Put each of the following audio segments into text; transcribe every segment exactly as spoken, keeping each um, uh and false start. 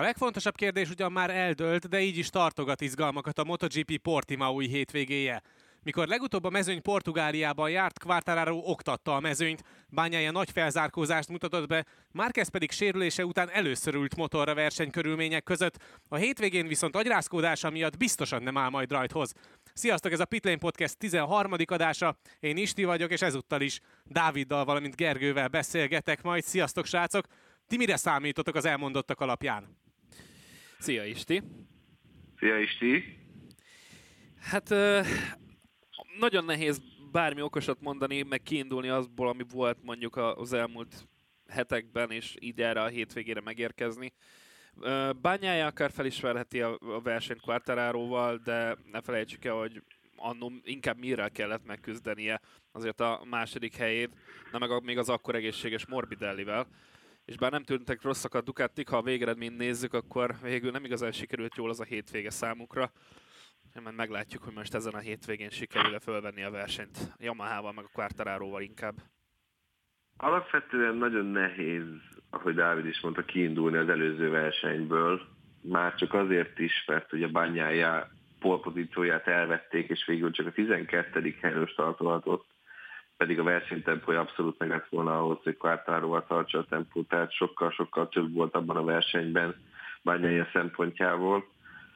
legfontosabb kérdés ugyan már eldőlt, de így is tartogat izgalmakat a MotoGP Portimaui hétvégéje. Mikor legutóbb a mezőny Portugáliában járt, Quartararo oktatta a mezőnyt, Bagnaia nagy felzárkózást mutatott be, Márquez pedig sérülése után először ült motorra versenykörülmények között, a hétvégén viszont agyrázkódása miatt biztosan nem áll majd rajthoz. Sziasztok, ez a Pitlane Podcast tizenharmadik adása, én Isti vagyok, és ezúttal is Dáviddal, valamint Gergővel beszélgetek majd. Sziasztok, srácok! Ti mire számítotok az elmondottak alapján? Szia, Isti! Szia, Isti! Hát nagyon nehéz bármi okosat mondani, meg kiindulni azból, ami volt mondjuk az elmúlt hetekben, és így erre a hétvégére megérkezni. Bagnaia akár felismerheti a versenyt Quartararoval, de ne felejtsük el, hogy annó inkább Mirrel kellett megküzdenie azért a második helyét, de meg még az akkor egészséges Morbidellivel. És bár nem tűntek rosszak a Ducatik, ha a végeredményt nézzük, akkor végül nem igazán sikerült jól az a hétvége számukra. Majd meglátjuk, hogy most ezen a hétvégén sikerül-e fölvenni a versenyt Yamahával, meg a Quartararoval inkább. Alapvetően nagyon nehéz, ahogy Dávid is mondta, kiindulni az előző versenyből. Már csak azért is, mert ugye Bagnaia pole-pozícióját elvették, és végül csak a tizenkettedik helyen startolhatott, pedig a versenytempója abszolút meg lett volna ahhoz, hogy Quartararoval tartsa a tempót, tehát sokkal-sokkal több volt abban a versenyben Bagnaia szempontjából.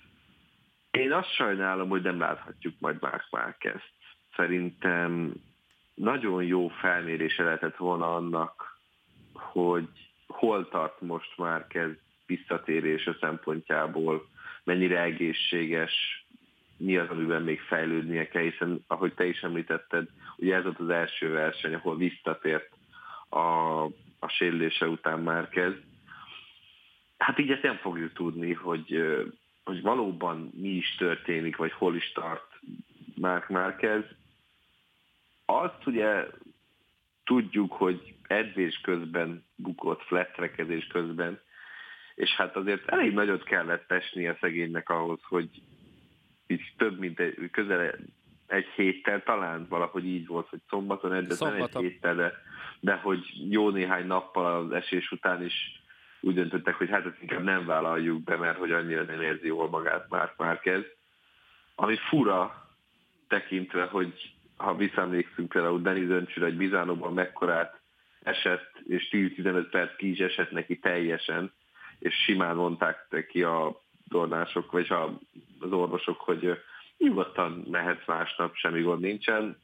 Én azt sajnálom, hogy nem láthatjuk majd Marc Márquezt. Szerintem nagyon jó felmérése lehetett volna annak, hogy hol tart most Márquez visszatérése szempontjából, mennyire egészséges, mi az, amiben még fejlődnie kell, hiszen ahogy te is említetted, ugye ez volt az első verseny, ahol visszatért a, a sérülése után Márquez. Hát így ezt nem fogjuk tudni, hogy, hogy valóban mi is történik, vagy hol is tart Marc Márquez. Azt ugye tudjuk, hogy edzés közben bukott, flat-trackezés közben, és hát azért elég nagyot kellett esni a szegénynek ahhoz, hogy így több mint egy, közel egy héttel, talán valahogy így volt, hogy szombaton edzett, nem egy héttel, de, de hogy jó néhány nappal az esés után is úgy döntöttek, hogy hát ezt inkább nem vállaljuk be, mert hogy annyira nem érzi jól magát Marc Márquez. Ami fura tekintve, hogy ha visszaemlékszünk például Denis Öncsűre, hogy Bizánóban mekkorát esett, és tíz-tizenöt perc ki is esett neki teljesen, és simán mondták neki a tornások, vagy az orvosok, hogy nyugodtan mehetsz másnap, semmi gond nincsen.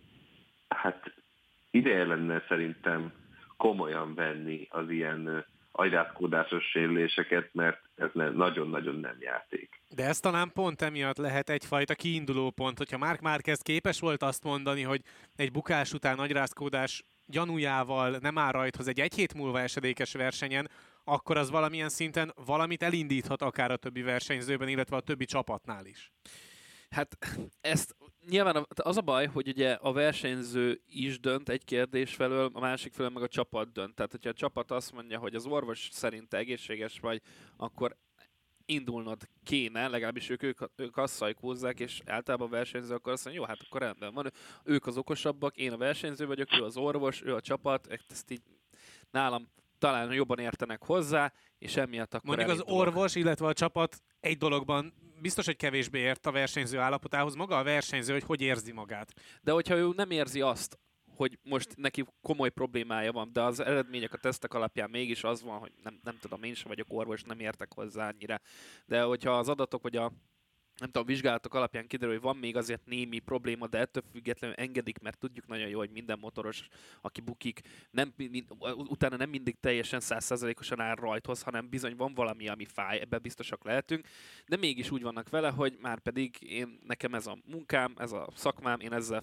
Hát ideje lenne szerintem komolyan venni az ilyen agyrázkódásos sérüléseket, mert ez nagyon-nagyon nem játék. De ez talán pont emiatt lehet egyfajta kiinduló pont, hogyha Marc Márquez képes volt azt mondani, hogy egy bukás után agyrázkódás gyanújával nem áll rajthoz egy egy hét múlva esedékes versenyen, akkor az valamilyen szinten valamit elindíthat akár a többi versenyzőben, illetve a többi csapatnál is. Hát ezt nyilván az a baj, hogy ugye a versenyző is dönt egy kérdés felől, a másik felől meg a csapat dönt. Tehát, hogyha a csapat azt mondja, hogy az orvos szerint egészséges vagy, akkor indulnod kéne, legalábbis ők, ők, ők azt szajkózzák, és általában a versenyző akkor azt mondja, jó, hát akkor rendben van, ők az okosabbak, én a versenyző vagyok, ő az orvos, ő a csapat, ezt így nálam talán jobban értenek hozzá, és emiatt akkor mondjuk az elindulok. orvos, illetve a csapat egy dologban biztos, hogy kevésbé ért a versenyző állapotához, maga a versenyző, hogy hogy érzi magát. De hogyha ő nem érzi azt, hogy most neki komoly problémája van, de az eredmények a tesztek alapján mégis az van, hogy nem, nem tudom, én sem vagyok orvos, nem értek hozzá annyira. De hogyha az adatok vagy a nem tudom, vizsgálatok alapján kiderül, hogy van még azért némi probléma, de ettől függetlenül engedik, mert tudjuk nagyon jó, hogy minden motoros, aki bukik, nem, mind, utána nem mindig teljesen száz százalékosan áll rajthoz, hanem bizony van valami, ami fáj, ebben biztosak lehetünk, de mégis úgy vannak vele, hogy már pedig én, nekem ez a munkám, ez a szakmám, én ezzel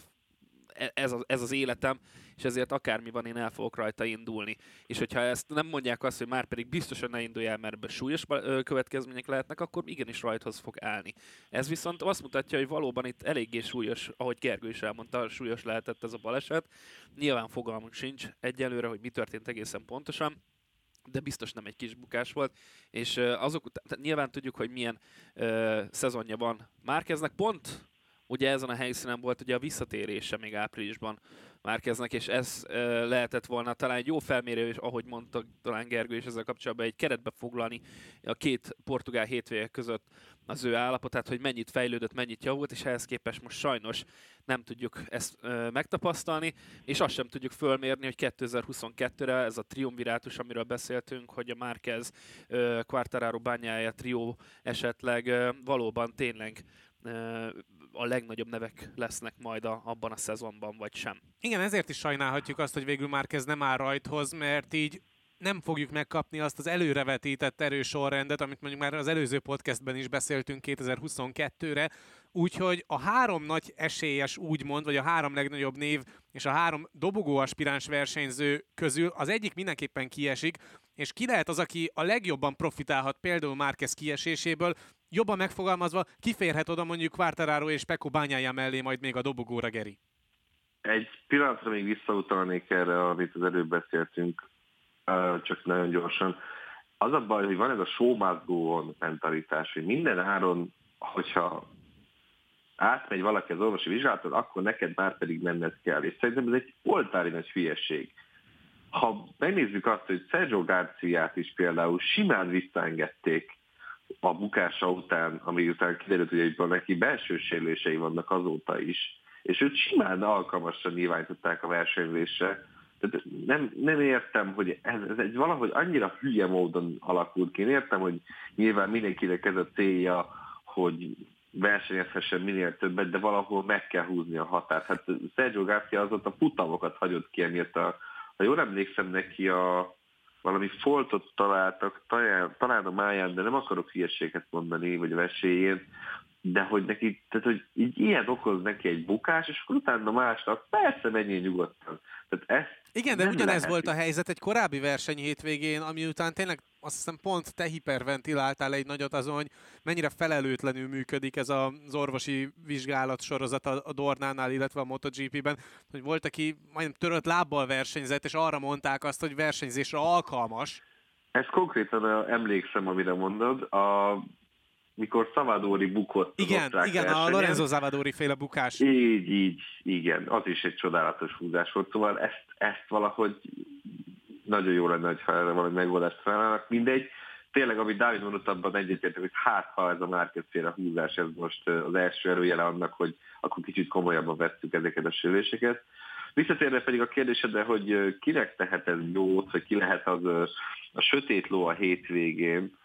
Ez az, ez az életem, és ezért akármi van, én el fogok rajta indulni. És hogyha ezt nem mondják azt, hogy már pedig biztosan ne indulj el, mert ebben súlyos következmények lehetnek, akkor igenis rajthoz fog állni. Ez viszont azt mutatja, hogy valóban itt eléggé súlyos, ahogy Gergő is elmondta, súlyos lehetett ez a baleset. Nyilván fogalmunk sincs egyelőre, hogy mi történt egészen pontosan, de biztos nem egy kis bukás volt, és azok után, nyilván tudjuk, hogy milyen uh, szezonja van Márqueznek. Pont ugye ezen a helyszínen volt ugye a visszatérése még áprilisban Márqueznek, és ez ö, lehetett volna talán egy jó felmérő, és ahogy mondta talán Gergő is ezzel kapcsolatban, egy keretbe foglalni a két portugál hétvége között az ő állapotát, hogy mennyit fejlődött, mennyit javult, és ehhez képest most sajnos nem tudjuk ezt ö, megtapasztalni, és azt sem tudjuk fölmérni, hogy kétezer-huszonkettőre ez a triumvirátus, amiről beszéltünk, hogy a Márquez, ö, Quartararo, Bagnaia trió esetleg ö, valóban tényleg ö, a legnagyobb nevek lesznek majd a, abban a szezonban, vagy sem. Igen, ezért is sajnálhatjuk azt, hogy végül Márquez nem áll rajthoz, mert így nem fogjuk megkapni azt az előrevetített erős sorrendet, amit mondjuk már az előző podcastben is beszéltünk kétezer-huszonkettőre, úgyhogy a három nagy esélyes úgymond, vagy a három legnagyobb név és a három dobogó aspiráns versenyző közül az egyik mindenképpen kiesik, és ki lehet az, aki a legjobban profitálhat például Márquez kieséséből, jobban megfogalmazva, kiférhet oda mondjuk Quartararo és Pecco Bagnaia mellé majd még a dobogóra, Geri? Egy pillanatra még visszautalnék erre, amit az előbb beszéltünk, csak nagyon gyorsan. Az a baj, hogy van ez a show must go on mentalitás, hogy minden áron, hogyha átmegy valaki az orvosi vizsgálaton, akkor neked már pedig menned kell. És szerintem ez egy oltári nagy hülyeség. Ha megnézzük azt, hogy Sergio Garciát is például simán visszaengedték a bukása után, ami után kiderült, hogy neki belső sérülései vannak azóta is, és őt simán alkalmasra nyilvánították a versenyzésre. Tehát nem, nem értem, hogy ez, ez egy valahogy annyira hülye módon alakult ki. Én értem, hogy nyilván mindenkinek ez a célja, hogy versenyezhessen minél többet, de valahol meg kell húzni a határt. Hát Sergio Garcia azóta futamokat hagyott ki, emiatt a, ha jól emlékszem, neki a valami foltot találtak, talán, talán a máján, de nem akarok hülyeséget mondani, vagy a vesélyén, de hogy neki, tehát hogy így ilyen okoz neki egy bukás, és akkor utána másnak persze menjél nyugodtan. Tehát ezt Igen, de ugyanez lehet. Volt a helyzet egy korábbi verseny hétvégén, ami után tényleg azt hiszem pont te hiperventiláltál egy nagyot azon, hogy mennyire felelőtlenül működik ez az orvosi vizsgálat sorozat a Dornánál, illetve a MotoGP-ben, hogy volt, aki majdnem törött lábbal versenyzett, és arra mondták azt, hogy versenyzésre alkalmas. Ez konkrétan emlékszem, amire mondod, a mikor Savadori bukott. Igen, igen, a Lorenzo Savadori féle bukás. Így, így, igen, az is egy csodálatos húzás volt, szóval ezt, ezt valahogy nagyon jó lenne, ha erre valami megoldást találnak. Mindegy, tényleg, amit Dávid mondott, abban egyetértek, hogy hát, ha ez a Márquez féle húzás, ez most az első erőjele annak, hogy akkor kicsit komolyabban vettük ezeket a sérüléseket. Visszatérve pedig a kérdésedre, hogy kinek tehet ez jót, vagy ki lehet az a sötét ló a hétvégén.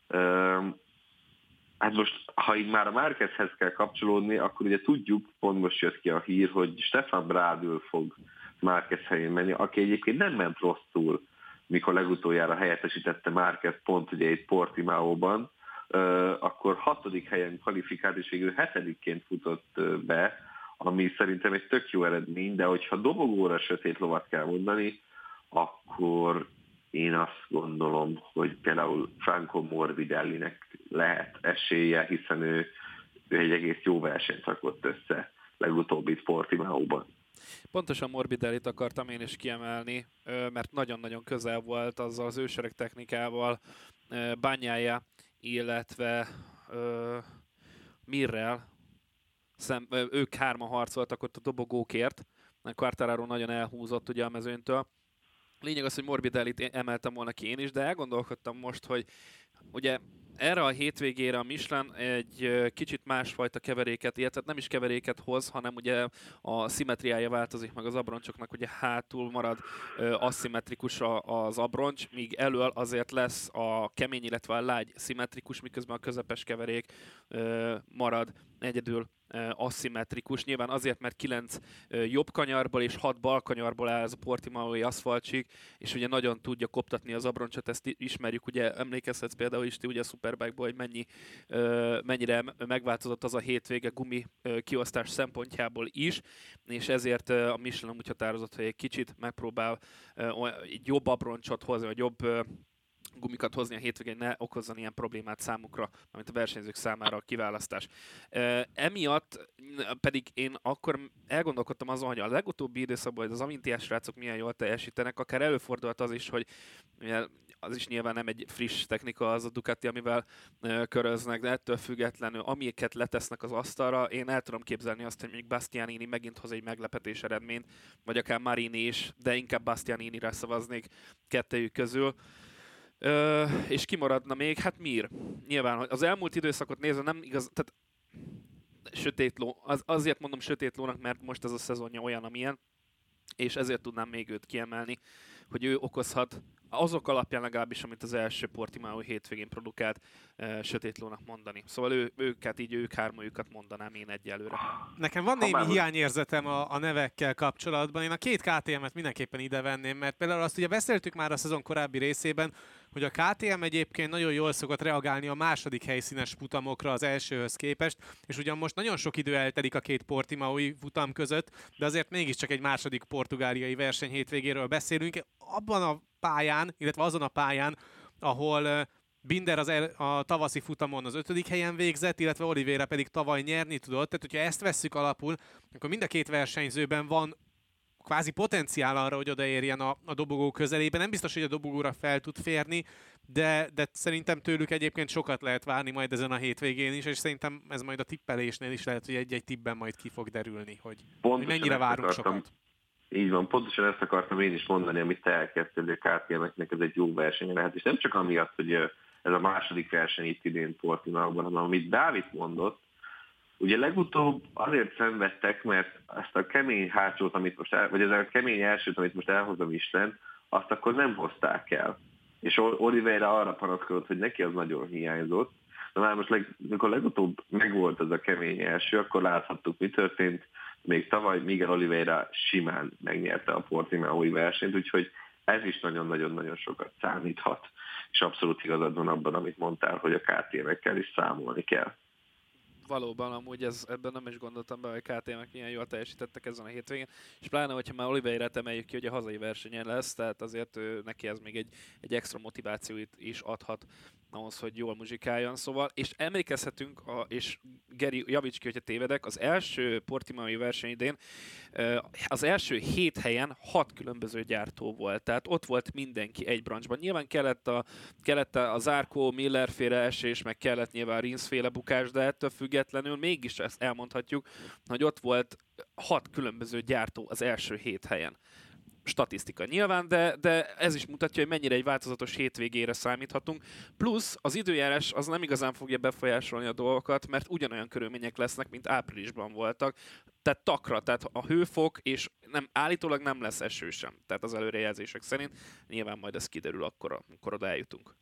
Hát most, ha így már a Márquezhez kell kapcsolódni, akkor ugye tudjuk, pont most jött ki a hír, hogy Stefan Bradl fog Márquez helyén menni, aki egyébként nem ment rosszul, mikor legutoljára helyettesítette Márquez pont ugye itt Portimaóban, akkor hatodik helyen kvalifikált, és végül hetedikként futott be, ami szerintem egy tök jó eredmény, de hogyha dobogóra sötét lovat kell mondani, akkor én azt gondolom, hogy például Franco Morbidellinek lehet esélye, hiszen ő, ő egy egész jó versenyt rakott össze legutóbbi Portimaóban. Pontosan Morbidellit akartam én is kiemelni, mert nagyon-nagyon közel volt azzal az ősereg technikával Bagnaia, illetve uh, Mirrel, Szem, ők hárman harcoltak ott a dobogókért, Quartararo nagyon elhúzott ugye a mezőnytől. Lényeg az, hogy Morbidellit emeltem volna ki én is, de elgondolkodtam most, hogy ugye erre a hétvégére a Michelin egy kicsit másfajta keveréket, illetve nem is keveréket hoz, hanem ugye a szimmetriája változik meg az abroncsoknak, ugye hátul marad aszimmetrikus az abroncs, míg elől azért lesz a kemény, illetve a lágy szimmetrikus, miközben a közepes keverék marad egyedül aszimmetrikus. Nyilván azért, mert kilenc jobb kanyarból és hat bal kanyarból áll ez a portimaói aszfaltsík, és ugye nagyon tudja koptatni az abroncsot, ezt ismerjük, ugye emlékezhetsz például is ti ugye a Superbike-ból, hogy mennyi, mennyire megváltozott az a hétvége gumi kiosztás szempontjából is, és ezért a Michelin úgy határozott, hogy egy kicsit megpróbál egy jobb abroncsot hozni, vagy jobb gumikat hozni a hétvégén, ne okozzon ilyen problémát számukra, amit a versenyzők számára a kiválasztás. E, emiatt pedig én akkor elgondolkodtam azon, hogy a legutóbbi időszakban, hogy az Avintiás srácok milyen jól teljesítenek, akár előfordult az is, hogy az is nyilván nem egy friss technika az a Ducati, amivel köröznek, de ettől függetlenül, amiket letesznek az asztalra, én el tudom képzelni azt, hogy még Bastianini megint hoz egy meglepetés eredményt, vagy akár Marini is, de inkább Bastianinire szavaznék kettejük közül. Ö, és kimaradna még? Hát Mir. Nyilván, hogy az elmúlt időszakot nézve nem igaz, tehát sötét ló, az, azért mondom sötét lónak, mert most ez a szezonja olyan, amilyen, és ezért tudnám még őt kiemelni, hogy ő okozhat azok alapján legalábbis, amit az első Portimao hétvégén produkált, uh, sötét lónak mondani. Szóval ő, őket, így ők hármójukat mondanám én egyelőre. Nekem van némi hiányérzetem a, a nevekkel kapcsolatban. Én a két ká té emet mindenképpen ide venném, mert például azt ugye beszéltük már a szezon korábbi részében, hogy a ká té em egyébként nagyon jól szokott reagálni a második helyszínes futamokra az elsőhöz képest, és ugyan most nagyon sok idő eltelik a két portimaui futam között, de azért mégiscsak egy második portugáliai verseny hétvégéről beszélünk. Abban a pályán, illetve azon a pályán, ahol Binder az el, a tavaszi futamon az ötödik helyen végzett, illetve Oliveira pedig tavaly nyerni tudott. Tehát, hogyha ezt vesszük alapul, akkor mind a két versenyzőben van kvázi potenciál arra, hogy odaérjen a, a dobogó közelében. Nem biztos, hogy a dobogóra fel tud férni, de, de szerintem tőlük egyébként sokat lehet várni majd ezen a hétvégén is, és szerintem ez majd a tippelésnél is lehet, hogy egy-egy tippben majd ki fog derülni, hogy, hogy mennyire várunk akartam. sokat. Így van, pontosan ezt akartam én is mondani, amit te elkezdtél, hogy a ká té emeknek ez egy jó verseny lehet, és nem csak amiatt, hogy ez a második verseny itt idén Portimaóban, hanem amit Dávid mondott, ugye legutóbb azért szenvedtek, mert ezt a kemény hátsót, amit most el, vagy ez a kemény elsőt, amit most elhozom Isten, azt akkor nem hozták el. És Oliveira arra panaszkodott, hogy neki az nagyon hiányzott. De már most, leg, amikor legutóbb megvolt ez a kemény első, akkor láthattuk, mi történt. Még tavaly Miguel Oliveira simán megnyerte a portimaói versenyt, úgyhogy ez is nagyon-nagyon-nagyon sokat számíthat. És abszolút igazad van abban, amit mondtál, hogy a ká té emekkel is számolni kell. Valóban, amúgy ez, ebben nem is gondoltam be, hogy ká té emek milyen jól teljesítettek ezen a hétvégén, és pláne, hogyha már Oliveirát emeljük ki, hogy a hazai versenyen lesz, tehát azért ő, neki ez még egy, egy extra motivációt is adhat ahhoz, hogy jól muzsikáljon, szóval, és emlékezhetünk, a, és Geri, javíts ki, hogyha tévedek, az első portimaói verseny idén az első hét helyen hat különböző gyártó volt, tehát ott volt mindenki egy branchban. Nyilván kellett a, kellett a Zarco, Miller féle esés, meg kellett nyilván Rins féle bukás, de ettől függetlenül mégis ezt elmondhatjuk, hogy ott volt hat különböző gyártó az első hét helyen. Statisztika nyilván, de, de ez is mutatja, hogy mennyire egy változatos hétvégére számíthatunk. Plusz az időjárás az nem igazán fogja befolyásolni a dolgokat, mert ugyanolyan körülmények lesznek, mint áprilisban voltak. Tehát takra, tehát a hőfok, és nem, állítólag nem lesz eső sem. Tehát az előrejelzések szerint nyilván majd ez kiderül akkor, amikor oda eljutunk.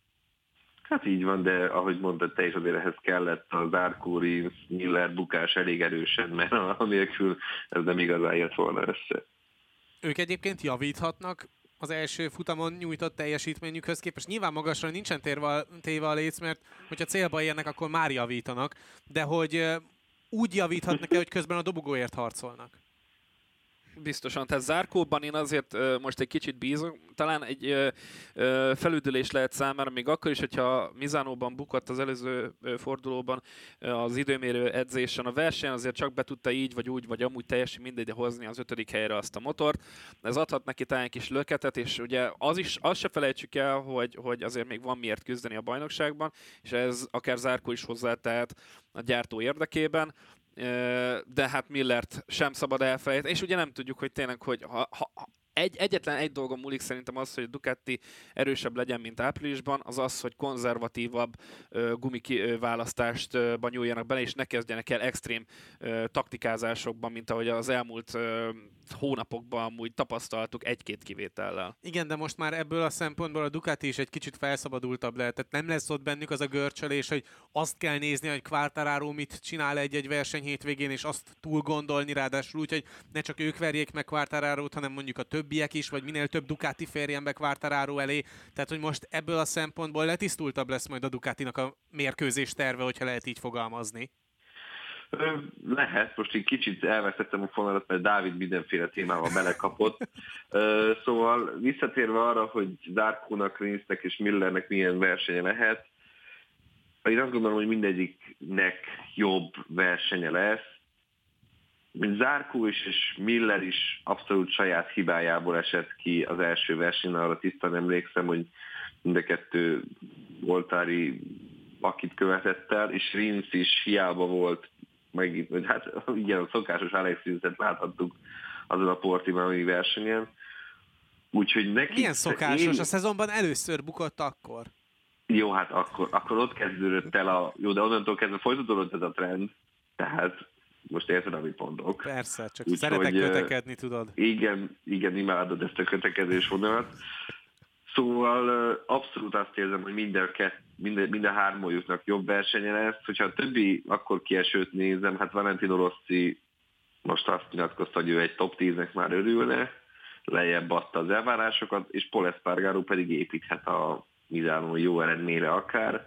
Hát így van, de ahogy mondtad te is, azért ehhez kellett az Zarco, Rins, Miller bukás elég erősen, mert anélkül ez nem igazán jött volna össze. Ők egyébként javíthatnak az első futamon nyújtott teljesítményükhöz képest. Nyilván magasra nincsen térve, téve a léc, mert hogyha célba érnek, akkor már javítanak, de hogy úgy javíthatnak-e, hogy közben a dobogóért harcolnak? Biztosan, tehát Zarcóban én azért uh, most egy kicsit bízok, talán egy uh, uh, felüdülés lehet számára, még akkor is, hogyha Misánóban bukott az előző uh, fordulóban uh, az időmérő edzésen a versenyen, azért csak be tudta így, vagy úgy, vagy amúgy teljesen mindegy hozni az ötödik helyre azt a motort. Ez adhat neki talán egy kis löketet, és ugye az is, azt se felejtsük el, hogy, hogy azért még van miért küzdeni a bajnokságban, és ez akár Zarco is hozzátehet a gyártó érdekében. De hát Millert sem szabad elfelejteni, és ugye nem tudjuk, hogy tényleg, hogy ha, ha, egy, egyetlen egy dolgon múlik szerintem az, hogy a Ducati erősebb legyen, mint áprilisban, az az, hogy konzervatívabb uh, gumiválasztásba nyúljanak bele, és ne kezdjenek el extrém uh, taktikázásokban, mint ahogy az elmúlt uh, hónapokban amúgy tapasztaltuk egy-két kivétellel. Igen, de most már ebből a szempontból a Ducati is egy kicsit felszabadultabb lehet. Tehát nem lesz ott bennük az a görcsölés, hogy azt kell nézni, hogy Quartararo mit csinál egy-egy verseny hétvégén, és azt túl gondolni ráadásul úgy, hogy ne csak ők verjék meg Quartararót, hanem mondjuk a többiek is, vagy minél több Ducati férjen be Quartararo elé. Tehát, hogy most ebből a szempontból letisztultabb lesz majd a Ducatinak a mérkőzés terve, hogyha lehet így fogalmazni. Lehet, most egy kicsit elvesztettem a fonalat, mert Dávid mindenféle témával belekapott. Szóval visszatérve arra, hogy Zarcónak, Rinsnek és Millernek milyen versenye lehet, én azt gondolom, hogy mindegyiknek jobb versenye lesz. Zarco is és Miller is abszolút saját hibájából esett ki az első versenyen, arra tisztán emlékszem, hogy mind a kettő oltári akit követett el, és Rins is hiába volt, meg, hát igen, a szokásos Alex Rinset láthattuk azon a Portimaui versenyen. Úgyhogy neki... Milyen szokásos? Én... A szezonban először bukott akkor. Jó, hát akkor, akkor ott kezdődött el a... Jó, de onnantól kezdve folytatódott ez a trend, tehát most érted, amit mondok. Persze, csak úgy, szeretek hogy, kötekedni, tudod. Igen, igen, imádod ezt a kötekedés vonalat. Szóval abszolút azt érzem, hogy minden, minden, minden hármójuknak jobb versenye lesz. Hogyha a többi akkor kiesőt nézem, hát Valentino Rossi most azt nyilatkozta, hogy ő egy top tíznek már örülne, lejjebb adta az elvárásokat, és Pol Espargaró pedig építhet a Milánói jó eredményre akár,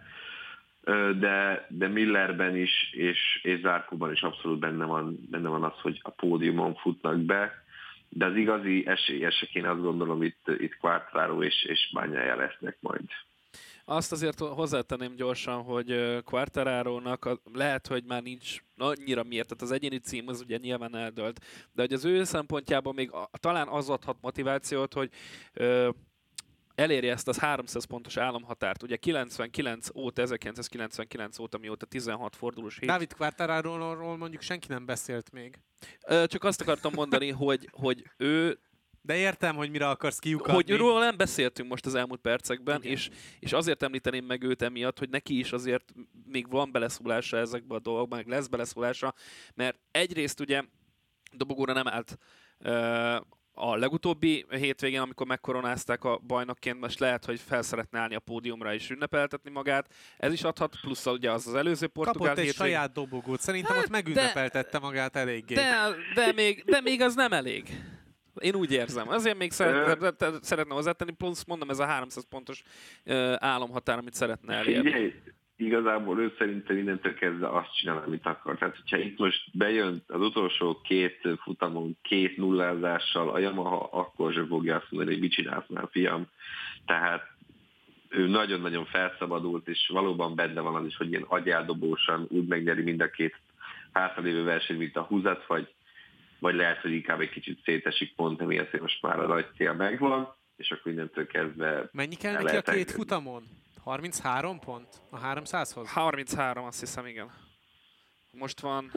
de, de Millerben is, és, és Zarcóban is abszolút benne van, benne van az, hogy a pódiumon futnak be, de az igazi esélyesek én azt gondolom itt, itt Quartararo és, és Bagnaia lesznek majd. Azt azért hozzátenném gyorsan, hogy Quartararónak lehet, hogy már nincs annyira miért, tehát az egyéni cím az ugye nyilván eldölt, de hogy az ő szempontjából még a, talán az adhat motivációt, hogy ö, elérje ezt az háromszáz pontos álomhatárt. Ugye kilencvenkilenc óta, ezerkilencszázkilencvenkilenc óta, mióta tizenhat fordulós hét. David Quartararóról mondjuk senki nem beszélt még. Ö, csak azt akartam mondani, hogy, hogy ő... De értem, hogy mire akarsz kiukadni. Hogy róla nem beszéltünk most az elmúlt percekben, és, és azért említeném meg őt emiatt, hogy neki is azért még van beleszólása ezekbe a dolgokba, meg lesz beleszólása, mert egyrészt ugye dobogóra nem állt uh, a legutóbbi hétvégén, amikor megkoronázták a bajnokként, most lehet, hogy fel szeretne állni a pódiumra és ünnepeltetni magát. Ez is adhat, plusz ugye az az előző portugál Kapott egy hétvég... saját dobogót, szerintem hát, ott megünnepeltette de, magát eléggé. De, de, még, de még az nem elég. Én úgy érzem. Azért még szeret, szeretne hozzátenni, plusz mondom, ez a háromszáz pontos uh, álomhatár, amit szeretne elérni. Figyelj, igazából ő szerintem mindentől kezdve azt csinál, amit akar. Tehát, hogyha itt most bejön az utolsó két futamon, két nullázással a Yamaha, akkor sem fogja azt mondani, hogy mit csinálsz már, fiam. Tehát ő nagyon-nagyon felszabadult, és valóban benne van az is, hogy ilyen agyáldobósan úgy megnyeri mind a két hátralévő verseny, mint a húzat, vagy vagy lehet, hogy inkább egy kicsit szétesik pont, emiatt, hogy most már a nagy cél megvan, és akkor mindentől kezdve... Mennyi kell neki a két elkezdeni. Futamon? harminchárom pont a háromszázhoz? harminchárom, azt hiszem, igen. Most van...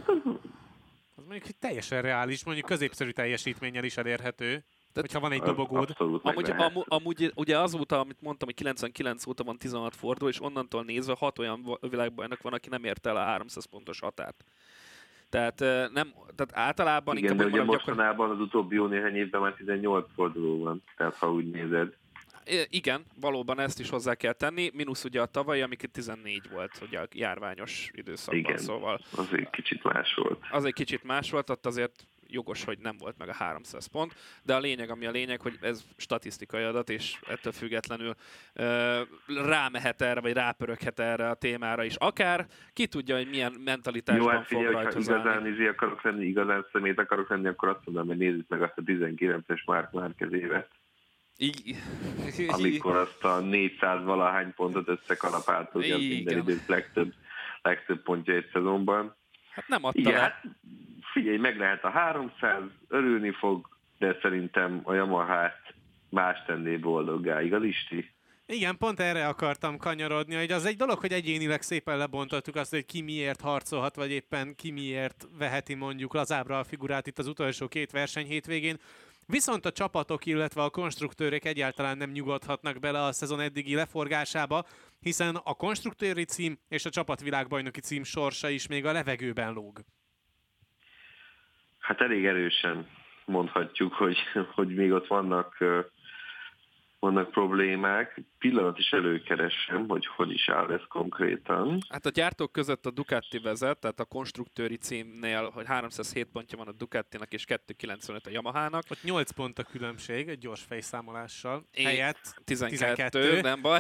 Az mondjuk, hogy teljesen reális, mondjuk középszerű teljesítménnyel is elérhető, de hogyha van egy dobogód. Amúgy, amúgy, amúgy ugye azóta, amit mondtam, hogy kilencvenkilenc óta van tizenhat forduló, és onnantól nézve hat olyan világbajnok van, aki nem ért el a háromszáz pontos határt. Tehát, nem, tehát általában... Igen, de ugye mostanában az utóbbi jó néhány évben már tizennyolc forduló van, tehát ha úgy nézed. Igen, valóban ezt is hozzá kell tenni, mínusz ugye a tavalyi, amikor tizennégy volt, ugye a járványos időszakban, igen, szóval... az egy kicsit más volt. Az egy kicsit más volt, ott azért jogos, hogy nem volt meg a háromszáz pont, de a lényeg, ami a lényeg, hogy ez statisztikai adat, és ettől függetlenül ö, rámehet erre, vagy rápöröghet erre a témára is. Akár ki tudja, hogy milyen mentalitásban Jó, hát figyelj, fog rajta ha igazán izé akarok lenni, igazán szemét akarok lenni, akkor azt mondom, hogy nézzük meg azt a tizenkilences Marc Márquez évet. I- amikor azt a négyszáz valahány pontot összekalapált, ugye az minden idők legtöbb, legtöbb pontja egy szezonban. Hát nem adta igen, le. Hát figyelj, meg lehet a háromszáz, örülni fog, de szerintem a Yamahát más tenné boldoggá, igaz Isti? Igen, pont erre akartam kanyarodni, hogy az egy dolog, hogy egyénileg szépen lebontottuk azt, hogy ki miért harcolhat, vagy éppen ki miért veheti mondjuk lazábbra a figurát itt az utolsó két verseny hétvégén. Viszont a csapatok, illetve a konstruktőrök egyáltalán nem nyugodhatnak bele a szezon eddigi leforgásába, hiszen a konstruktőri cím és a csapatvilágbajnoki cím sorsa is még a levegőben lóg. Hát elég erősen mondhatjuk, hogy, hogy még ott vannak, vannak problémák. Pillanat is előkeresem, hogy hogy is áll ez konkrétan. Hát a gyártók között a Ducati vezet, tehát a konstruktőri címnél, hogy háromszázhét pontja van a Ducatinak és kétszázkilencvenöt a Yamahának. Ott nyolc pont a különbség, egy gyors fejszámolással. Én Helyett tizenkettő, tizenkettő. Nem baj.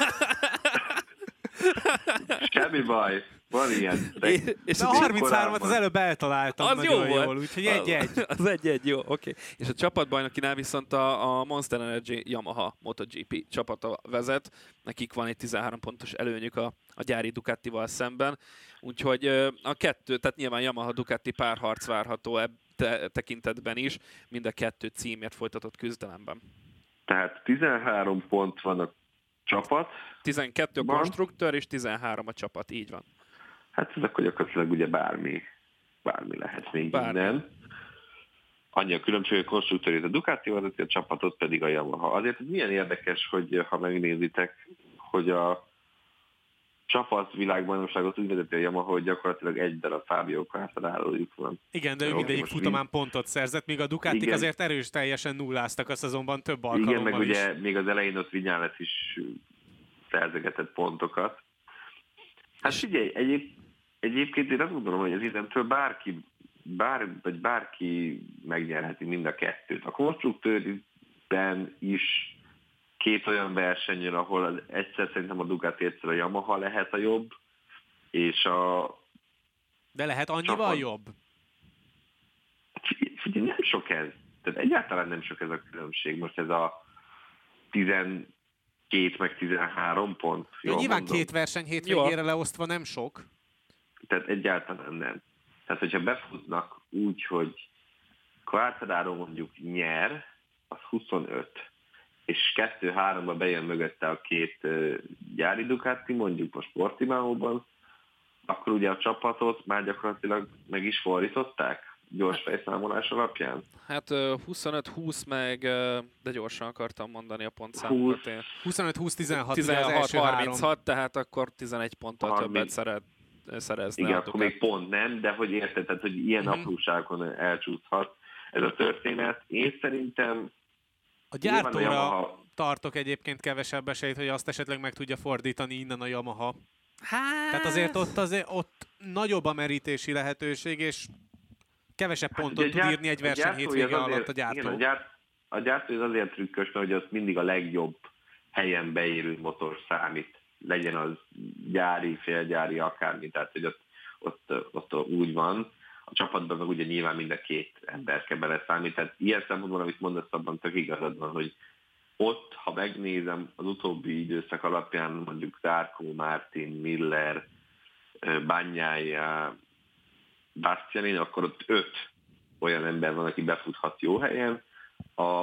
Semmi baj, van ilyen. É, és a harmincháromat az előbb eltaláltam az nagyon jó volt. jól, úgyhogy egy-egy. Az egy-egy, jó, oké. Okay. És a csapatbajnokinál viszont a, a Monster Energy Yamaha MotoGP csapata vezet. Nekik van egy tizenhárom pontos előnyük a, a gyári Ducatival szemben. Úgyhogy a kettő, tehát nyilván Yamaha Ducati párharc várható ebb te, tekintetben is, mind a kettő címért folytatott küzdelemben. Tehát tizenhárom pont van a csapat. tizenkettő a Van. konstruktőr és tizenhárom a csapat, így van. Hát ez akkor gyakorlatilag ugye bármi, bármi lehet még Bármi. innen. Annyi a különbség, hogy a konstruktőrét a Ducati vezeti, a csapatot pedig a Yamaha. Azért ez milyen érdekes, hogy ha megnézitek, hogy a csapat világbajnokságot úgy vezeti a Yamaha, hogy gyakorlatilag egy darab Fabio Quartararo-juk van. Igen, de ő Jó, mindegyik most futamán mind- pontot szerzett, míg a Ducatik Igen. azért erős teljesen nulláztak a szezonban több Igen, alkalommal meg is. ugye még az elején ott Vinyales is szerzegetett pontokat. Hát figyelj, egyéb, egyébként én azt gondolom, hogy az identől bárki, bár, vagy bárki megnyerheti mind a kettőt. A konstruktőrben is két olyan verseny jön, ahol az egyszer szerintem a Ducati, egyszer a Yamaha lehet a jobb, és a... De lehet annyival Csapat. jobb? Figyelj, figyelj, nem sok ez. Tehát egyáltalán nem sok ez a különbség. Most ez a tizenkét meg tizenhárom pont. Jó, jól nyilván mondom? két verseny hétvégére leosztva nem sok. Tehát egyáltalán nem. Tehát, hogyha befutnak úgy, hogy Quartararo mondjuk nyer, az huszonöt, és kettő-háromba bejön mögötte a két uh, gyári Ducati, mondjuk most Portimaóban, akkor ugye a csapatot már gyakorlatilag meg is fordították gyors fejszámolás alapján. Hát ö, huszonöt húsz meg, ö, de gyorsan akartam mondani a pontszámokat én. huszonöt húsz tizenhat, tizenhat harminchat, tehát akkor tizenegy ponttal harminc. többet szeret, szerezni. Igen, a akkor Ducati. még pont nem, de hogy érted, tehát, hogy ilyen Mhm. apróságon elcsúszhat ez a történet. Én szerintem A nyilván a gyártóra Yamaha- tartok egyébként kevesebb esélyt, hogy azt esetleg meg tudja fordítani innen a Yamaha. Hát... Tehát azért ott, azért ott nagyobb a merítési lehetőség, és kevesebb pontot ugye a tud gyár- írni egy a verseny gyártói hétvége az azért- alatt a gyártó. Igen, a, gyárt, a gyártó az azért trükkös, mert hogy ott mindig a legjobb helyen beérő motor számít. Legyen az gyári, félgyári, akármi. Tehát, hogy ott, ott, ott úgy van. A csapatban meg ugye nyilván mind a két emberke beleszámít. Tehát ilyen szempontból, amit mondasz, abban tök igazad van, hogy ott, ha megnézem az utóbbi időszak alapján, mondjuk Zarco, Martin, Miller, Bagnaia, Bastianini, akkor ott öt olyan ember van, aki befuthat jó helyen. A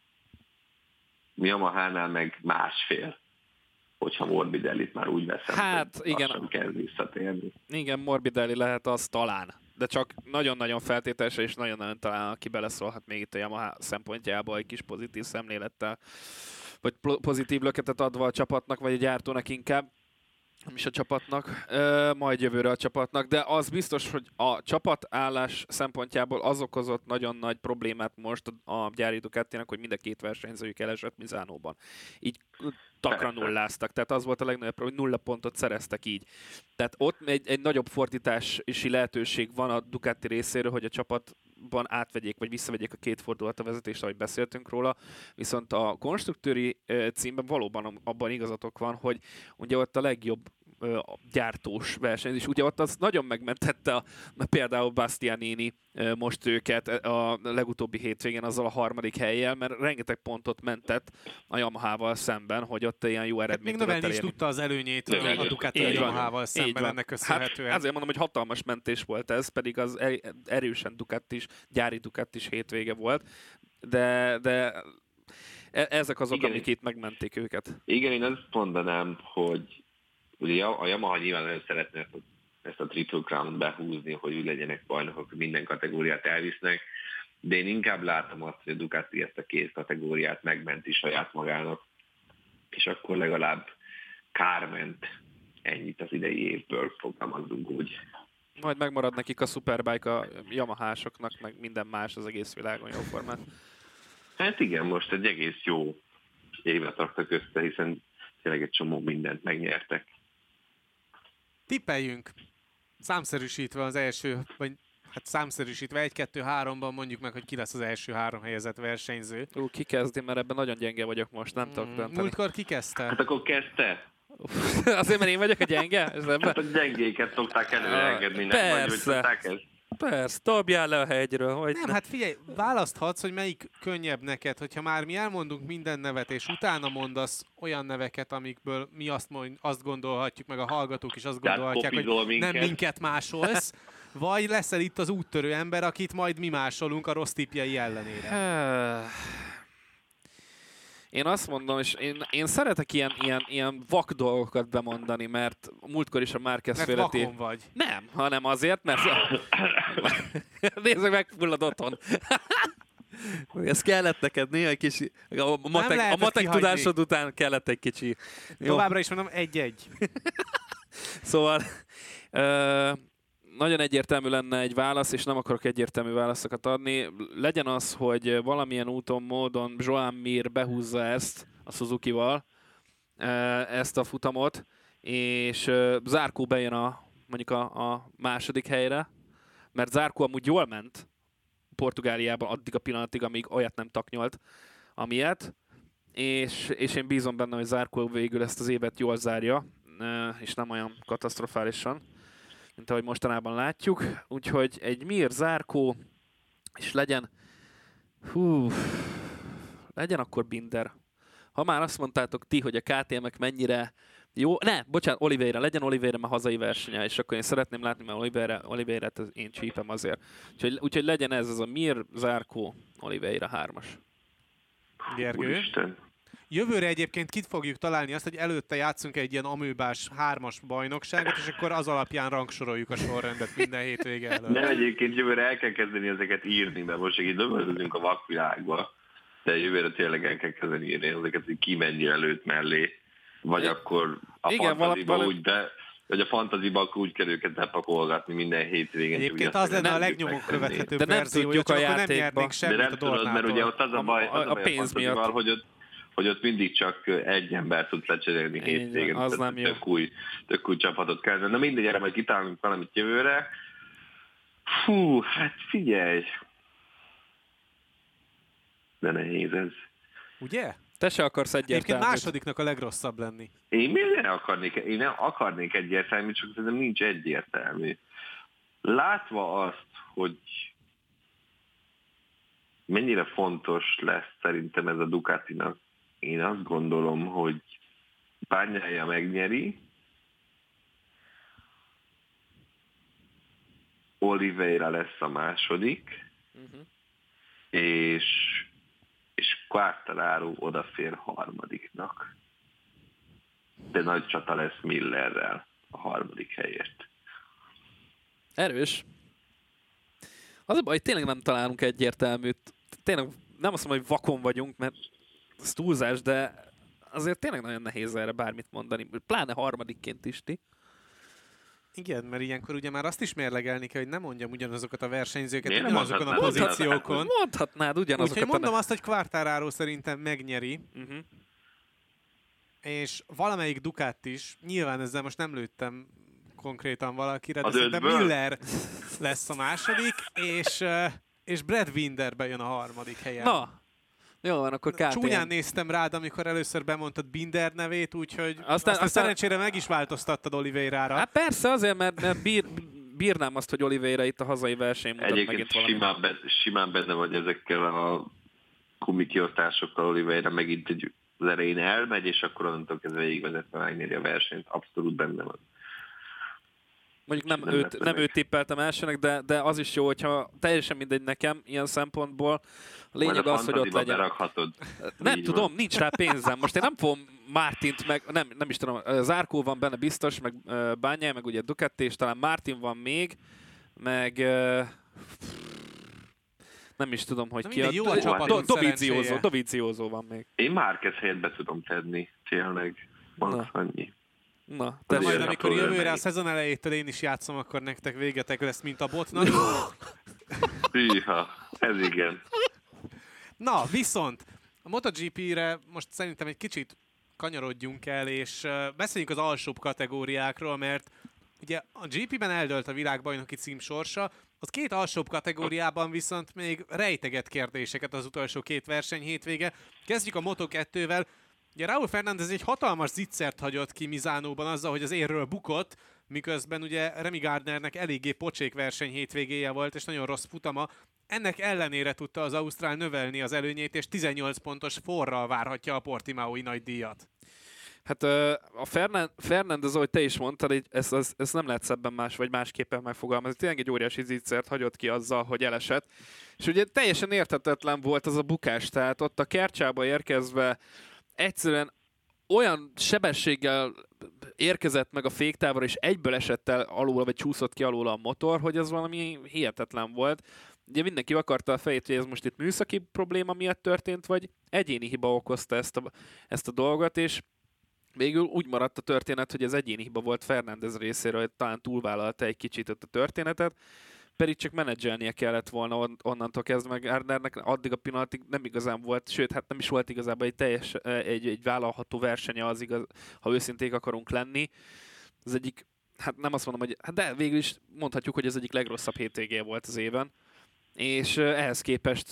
Yamahánál meg másfél, hogyha Morbidellit már úgy veszem, Hát, hogy igen. lassan kezd visszatérni. Igen, Morbidelli lehet az talán, de csak nagyon-nagyon feltételesen és nagyon-nagyon talán, aki beleszólhat még itt a Yamaha szempontjából egy kis pozitív szemlélettel, vagy pl- pozitív löketet adva a csapatnak, vagy a gyártónak inkább, nem is a csapatnak, ö, majd jövőre a csapatnak, de az biztos, hogy a csapatállás szempontjából az okozott nagyon nagy problémát most a, a gyári Ducatinak, hogy mind a két versenyzőjük elesett Misánóban. Így takra Persze. nulláztak, tehát az volt a legnagyobb probléma, hogy nulla pontot szereztek így. Tehát ott egy, egy nagyobb fordítási lehetőség van a Ducati részéről, hogy a csapatban átvegyék, vagy visszavegyék a két fordulat a vezetést, ahogy beszéltünk róla. Viszont a konstruktőri ö, címben valóban abban igazatok van, hogy ugye ott a legjobb ö, a gyártós verseny, és ugye ott az nagyon megmentette a, na, például Bastianini ö, most őket a legutóbbi hétvégén azzal a harmadik helyjel, mert rengeteg pontot mentett a Yamahával szemben, hogy ott ilyen jó Hát még eredményt növelni tudott is elérni. tudta az előnyét Növelni. a Ducati a Így van. Yamahával Így szemben van. ennek Hát köszönhetően. ezért mondom, hogy hatalmas mentés volt ez, pedig az er- erősen Ducatis, gyári Ducatis hétvége volt, de, de e- ezek azok, Igen. amik itt megmentik őket. Igen, én azt mondanám, hogy ugye a Yamaha nyilván nagyon szeretne ezt a, ezt a Triple Crown behúzni, hogy úgy legyenek bajnokok, hogy minden kategóriát elvisznek, de én inkább látom azt, hogy a Ducati ezt a két kategóriát megmenti saját magának, és akkor legalább kárment ennyit az idei évből, fogalmazzunk úgy. Majd megmarad nekik a Superbike a Yamahásoknak, meg minden más az egész világon jóformán. Hát igen, most egy egész jó évet raktak össze, hiszen tényleg egy csomó mindent megnyertek. Tippeljünk. Számszerűsítve az első, vagy hát számszerűsítve egy-kettő-háromban mondjuk meg, hogy ki lesz az első három helyezett versenyző. Ú, ki kezdi, mert ebben nagyon gyenge vagyok most, nem tudok Mm, dönteni. Múltkor ki kezdte? Hát akkor kezdte? Azért, mert én vagyok a gyenge? Ez Hát ebben? a gyengéket szokták előengedni, nem? Vagy hogy Persze. szokták ezt? Persze, dobjál le a hegyről, hogy Nem, hát figyelj, választhatsz, hogy melyik könnyebb neked, hogyha már mi elmondunk minden nevet, és utána mondasz olyan neveket, amikből mi azt, mond, azt gondolhatjuk, meg a hallgatók is azt Tehát gondolhatják, hogy kopizol minket. nem minket másolsz, vagy leszel itt az úttörő ember, akit majd mi másolunk a rossz tipjei ellenére. Én azt mondom, és én, én szeretek ilyen, ilyen, ilyen vak dolgokat bemondani, mert múltkor is a Márquez Mert félreti... vakon vagy. Nem, hanem azért, mert... Nézzük, megfullad otthon. Ez kellett neked néha egy kicsi... A matek, a matek tudásod után kellett egy kicsi... Jó. Továbbra is mondom, egy-egy. Szóval... Ö, nagyon egyértelmű lenne egy válasz, és nem akarok egyértelmű válaszokat adni. Legyen az, hogy valamilyen úton, módon Joan Mir behúzza ezt a Suzuki-val, ezt a futamot, és Zarco bejön a, mondjuk a, a második helyre, mert Zarco amúgy jól ment Portugáliában addig a pillanatig, amíg olyat nem taknyolt, amilyet, és, és én bízom benne, hogy Zarco végül ezt az évet jól zárja, és nem olyan katasztrofálisan, mint ahogy mostanában látjuk. Úgyhogy egy Mir, Zarco, és legyen, hú, legyen akkor Binder. Ha már azt mondtátok ti, hogy a ká té em-ek mennyire jó, ne, bocsánat, Oliveira, legyen Oliveira már hazai versenye, és akkor én szeretném látni, mert Oliveira, Oliveirát én csípem azért. Úgyhogy, úgyhogy legyen ez az a Mir, Zarco, Oliveira hármas. Gergő? Úristen. Jövőre egyébként kit fogjuk találni azt, hogy előtte játszunk egy ilyen amőbás hármas bajnokságot, és akkor az alapján rangsoroljuk a sorrendet minden hétvége előtt. Nem, egyébként jövőre el kell kezdeni ezeket írni, mert most így döbölözünk a vakvilágba, de jövőre tényleg el kell kezdeni írni ezeket, hogy ki mennyire előtt mellé, vagy akkor a igen, fantaziba vala, úgy, de vagy a fantaziba akkor úgy kell őket bepakolgatni minden hétvégén. Egyébként az lenne a legnyomon követhetőbb de nem verzió, tudjuk csak a akkor nem játékba. nyernénk semmit de nem a tudod, mert ugye ott az a baj, az a, a, a baj a pénz miatt, hogy ott, hogy ott mindig csak egy ember tud lecserélni hétvégén. Az nem jó. Tök új, tök új csapatot kell. Na mindegy, erre majd kitálunk valamit jövőre. Fú, hát figyelj! De nehéz ez. Ugye? Te se akarsz Egyébként egyértelműt. másodiknak a legrosszabb lenni. Én miért ne akarnék, én nem akarnék egyértelmű, csak szerintem nincs egyértelmű. Látva azt, hogy mennyire fontos lesz szerintem ez a Ducatinak, én azt gondolom, hogy Bagnaia megnyeri, Oliveira lesz a második, Uh-huh. és, és Quartararo odafér harmadiknak. De nagy csata lesz Millerrel a harmadik helyért. Erős. Az a baj, hogy tényleg nem találunk egyértelműt. Tényleg nem azt mondom, hogy vakon vagyunk, mert ez túlzás, de azért tényleg nagyon nehéz erre bármit mondani. Pláne harmadikként is ti. Igen, mert ilyenkor ugye már azt is mérlegelni kell, hogy nem mondjam ugyanazokat a versenyzőket, Miért nem ugyanazokon a mondhatnád? pozíciókon. Mondhatnád ugyanazokat. Úgyhogy mondom a... azt, hogy Quartararo szerintem megnyeri, Uh-huh. és valamelyik Ducati is, nyilván ezzel most nem lőttem konkrétan valakire, de Az szerintem ötből? Miller lesz a második, és, eh, és Brad Binder bejön a harmadik helyen. Na, jó van, akkor ká té em. Csúnyán néztem rád, amikor először bemondtad Binder nevét, úgyhogy aztán, Aztán- aztán aztán- szerencsére meg is változtattad Oliveira-ra. Hát persze azért, mert, mert bír, bírnám azt, hogy Oliveira itt a hazai verseny mutat Egyébként megint valami. simán, be, simán benne vagy ezekkel a kumikiosztásokkal Oliveira megint egy az elején elmegy, és akkor onnantól kezdve végigvezetve megnyeri a versenyt. Abszolút benne van. Mondjuk nem, Nem őt, lepne nem meg. őt tippeltem elsőnek, de, de az is jó, hogyha teljesen mindegy nekem ilyen szempontból. A lényeg Majd a az, hogy ott fantaziba legyen. berakhatod. Nem Így tudom, van. nincs rá pénzem. Most én nem fogom Mártint meg, nem, nem is tudom, Zarco van benne biztos, meg uh, Bagnaia, meg ugye Ducati, és talán Martin van még, meg uh, nem is tudom, hogy Na ki mindegy, jó a Do- csapatunk Do- Dovizioso, szerencséje. Dovizioso van még. Én Márquez helyet be tudom tenni, tényleg. Van Na. annyi. Na, De Azért majd a amikor probléma jövőre a melyik? szezon elejétől én is játszom, akkor nektek végetek lesz, mint a botnak. Hűha, ez igen. Na, viszont a MotoGP-re most szerintem egy kicsit kanyarodjunk el, és uh, beszéljünk az alsóbb kategóriákról, mert ugye a gé pében eldőlt a világbajnoki cím sorsa, az két alsóbb kategóriában viszont még rejteget kérdéseket az utolsó két verseny hétvége. Kezdjük a Moto kettővel. Ugye Raúl Fernández egy hatalmas zicsert hagyott ki Misánóban azzal, hogy az érről bukott, miközben ugye Remy Gardnernek eléggé pocsék verseny hétvégéje volt, és nagyon rossz futama. Ennek ellenére tudta az ausztrál növelni az előnyét, és tizennyolc pontos forral várhatja a Portimaói nagydíjat. Hát a Fernand, Fernandez, ahogy te is mondtad, így ezt, ezt, ezt nem lehet szebben más, vagy másképpen megfogalmazni. Tényleg egy óriási zicsert hagyott ki azzal, hogy elesett. És ugye teljesen érthetetlen volt az a bukás, tehát ott a Kercsába érkezve egyszerűen olyan sebességgel érkezett meg a féktávra, és egyből esett el alul, vagy csúszott ki alul a motor, hogy ez valami hihetetlen volt. Ugye mindenki akarta a fejét, hogy ez most itt műszaki probléma miatt történt, vagy egyéni hiba okozta ezt a, ezt a dolgot, és végül úgy maradt a történet, hogy ez egyéni hiba volt Fernandez részéről, hogy talán túlvállalta egy kicsit ott a történetet, pedig csak menedzselnie kellett volna on, onnantól kezdve, meg Gardnernek addig a pillanatig nem igazán volt, sőt, hát nem is volt igazából egy teljes, egy, egy vállalható versenye az igaz, ha őszinték akarunk lenni. Az egyik, hát nem azt mondom, hogy, hát de végül is mondhatjuk, hogy ez egyik legrosszabb hé té gé volt az éven, és ehhez képest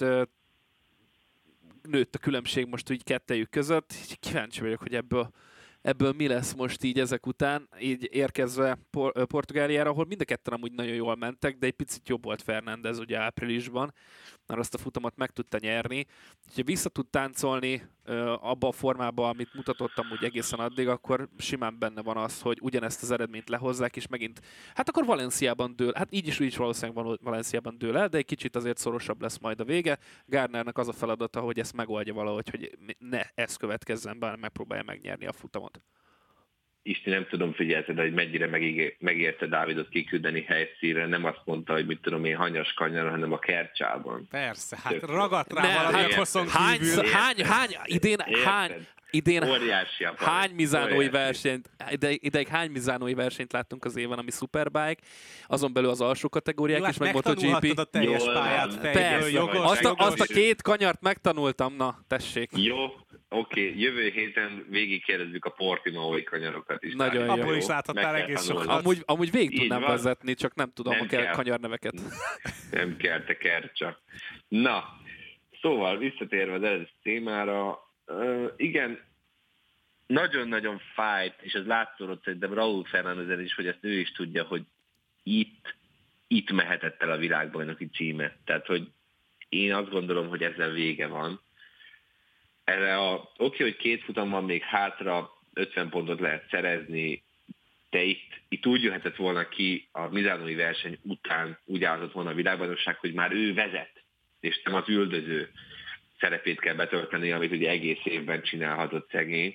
nőtt a különbség most úgy kettejük között. Kíváncsi vagyok, hogy ebből Ebből mi lesz most így ezek után, így érkezve Por- Portugáliára, ahol mind a ketten amúgy nagyon jól mentek, de egy picit jobb volt Fernandez ugye áprilisban, mert azt a futamot meg tudta nyerni. Ha vissza tud táncolni abba a formában, amit mutatottam úgy egészen addig, akkor simán benne van az, hogy ugyanezt az eredményt lehozzák, és megint, hát akkor Valenciában dől, hát így is úgy is valószínűleg Valenciában dől el, de egy kicsit azért szorosabb lesz majd a vége. Gardnernek az a feladata, hogy ezt megoldja valahogy, hogy ne ez következzen be, hanem megpróbálja megnyerni a futamot. Isti, nem tudom, figyelted, hogy mennyire megígé- megérte Dávidot kiküldeni helyszínre, nem azt mondta, hogy mit tudom én, hanyas kanyar, hanem a Kercsában. Persze, hát Tök ragadt rá ne, valami hát a koszon hány, kívül. hány, hány, idén, hány, idén óriási a hány mizánói óriási. versenyt, ide, ideig hány mizánói versenyt láttunk az éven, ami Superbike, azon belül az alsó kategóriák Jó, is, hát meg MotoGP. megtanulhattad a teljes Jól pályát van. fejből, Persze, jogos, azt a, jogos. azt a két kanyart megtanultam, na, tessék. Jó, oké, okay. Jövő héten végigkérdezzük a Portimaói kanyarokat is. Nagyon Dávid. jó. Abból is láthattál Meg kell egész tanulni. sokat. Amúgy, amúgy végig Így tudnám van. vezetni, csak nem tudom Nem a ke- kell. kanyarneveket. Nem kell, te Kercsa. Na, szóval visszatérve az eredeti témára, uh, igen, nagyon-nagyon fájt, és ez látszott szerintem Raúl Fernandezen is, hogy ezt ő is tudja, hogy itt, itt mehetett el a világbajnoki címe. Tehát, hogy én azt gondolom, hogy ezzel vége van. Erre a, oké, okay, hogy két futam van még hátra, ötven pontot lehet szerezni, de itt, itt úgy jöhetett volna ki a mizánói verseny után, úgy állhatott volna a világbajnokság, hogy már ő vezet, és nem az üldöző szerepét kell betölteni, amit ugye egész évben csinálhatott szegény.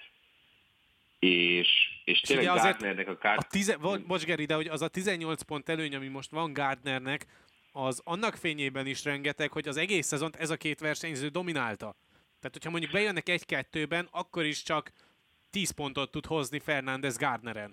És, és tényleg Gardnernek a kárt... A tize... Bocs, Geri, de hogy az a tizennyolc pont előny, ami most van Gardnernek, az annak fényében is rengeteg, hogy az egész szezont ez a két versenyző dominálta. Tehát, hogyha mondjuk bejönnek egy-kettőben, akkor is csak tíz pontot tud hozni Fernandez Gardneren.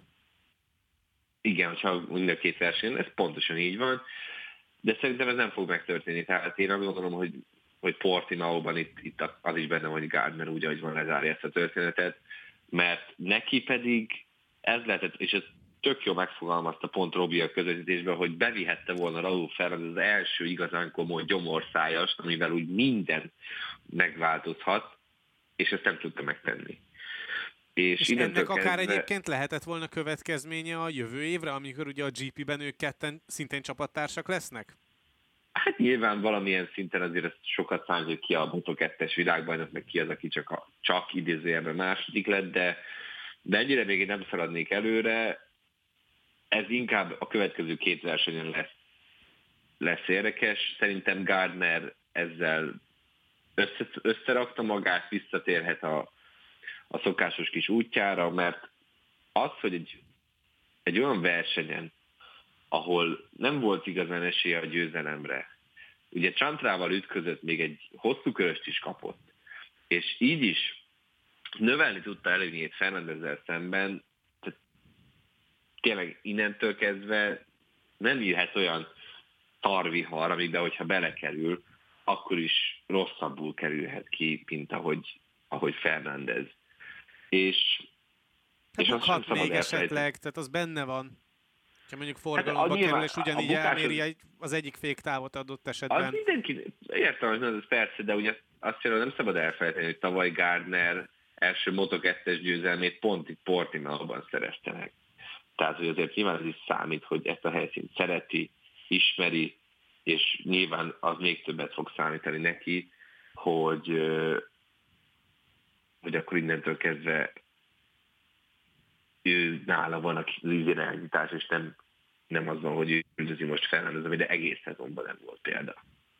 Igen, hogyha mind a két verseny, ez pontosan így van, de szerintem ez nem fog megtörténni. Tehát én azt gondolom, hogy, hogy Portimaóban itt, itt az is benne van, hogy Gardner úgy, ahogy van, lezárja ezt a történetet, mert neki pedig ez lehetett, és ez tök jó megfogalmazta pont Robi a közvetítésben, hogy bevihette volna Raúl Fernandez az első igazán komoly gyomorszájast, amivel úgy minden megváltozhat, és ezt nem tudta megtenni. És, és ennek akár kezdve... egyébként lehetett volna következménye a jövő évre, amikor ugye a gé pében ők ketten szintén csapattársak lesznek? Hát nyilván valamilyen szinten azért ezt sokat számít, ki a Moto kettes világbajnok, meg ki az, aki csak, a, csak idézőjelben második lett, de, de ennyire még én nem szaladnék előre. Ez inkább a következő két versenyen lesz, lesz érdekes. Szerintem Gardner ezzel össze, összerakta magát, visszatérhet a, a szokásos kis útjára, mert az, hogy egy, egy olyan versenyen, ahol nem volt igazán esélye a győzelemre, ugye Chantrával ütközött, még egy hosszú köröst is kapott, és így is növelni tudta előnyét Fernandezzel szemben, tehát tényleg innentől kezdve nem írhet olyan tarvihar, amiben, hogyha belekerül, akkor is rosszabbul kerülhet ki, mint ahogy, ahogy Fernandez. És, és azt sem szabad még esetleg, tehát az benne van. Ha mondjuk forgalomba hát, kerül, és ugyanígy elméri egy, az egyik féktávot adott esetben. Az mindenki, értem, hogy az persze, de ugye azt jelenti, nem szabad elfelejteni, hogy tavaly Gardner első Moto kettes győzelmét pont itt Portimaóban szerezte meg. Tehát, hogy azért nyilván ez is számít, hogy ezt a helyszínt szereti, ismeri, és nyilván az még többet fog számítani neki, hogy, hogy akkor innentől kezdve ő nála van az irányítás, és nem, nem az van, hogy ő üldözi most Fernandez, de egész szezonban nem volt példa.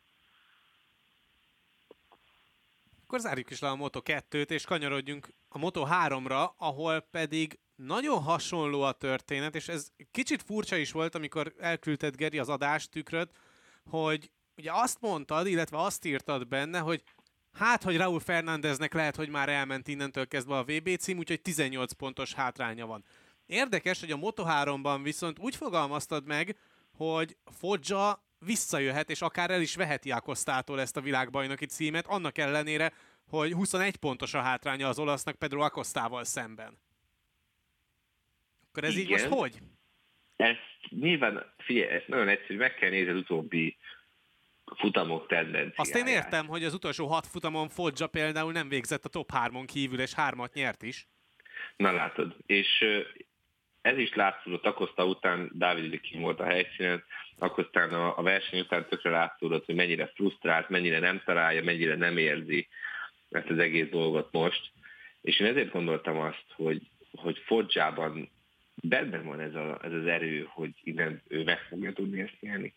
Akkor zárjuk is le a Moto kettőt, és kanyarodjunk a Moto háromra, ahol pedig nagyon hasonló a történet, és ez kicsit furcsa is volt, amikor elküldted, Geri, az adástükröt, hogy ugye azt mondtad, illetve azt írtad benne, hogy hát, hogy Raúl Fernándeznek lehet, hogy már elment innentől kezdve a vé bé cím, úgyhogy tizennyolc pontos hátránya van. Érdekes, hogy a Moto háromban viszont úgy fogalmaztad meg, hogy Foggia visszajöhet, és akár el is veheti Acostától ezt a világbajnoki címet, annak ellenére, hogy huszonegy pontos a hátránya az olasznak Pedro Acostával szemben. Akkor ez Igen. így most hogy? Ezt nyilván, figyelj, ezt nagyon egyszerű, meg kell nézni az utóbbi futamok tendenciáját. Azt én értem, hogy az utolsó hat futamon Foggia például nem végzett a top hármon kívül, és hármat nyert is. Na látod, és ez is látszott Acosta után, Dávid kim volt a helyszínen, akkor aztán a, a verseny után tökre látszott, hogy mennyire frusztrált, mennyire nem találja, mennyire nem érzi ezt az egész dolgot most. És én ezért gondoltam azt, hogy, hogy Foggiában bennem van ez, a, ez az erő, hogy innen ő meg fogja tudni ezt nyerni.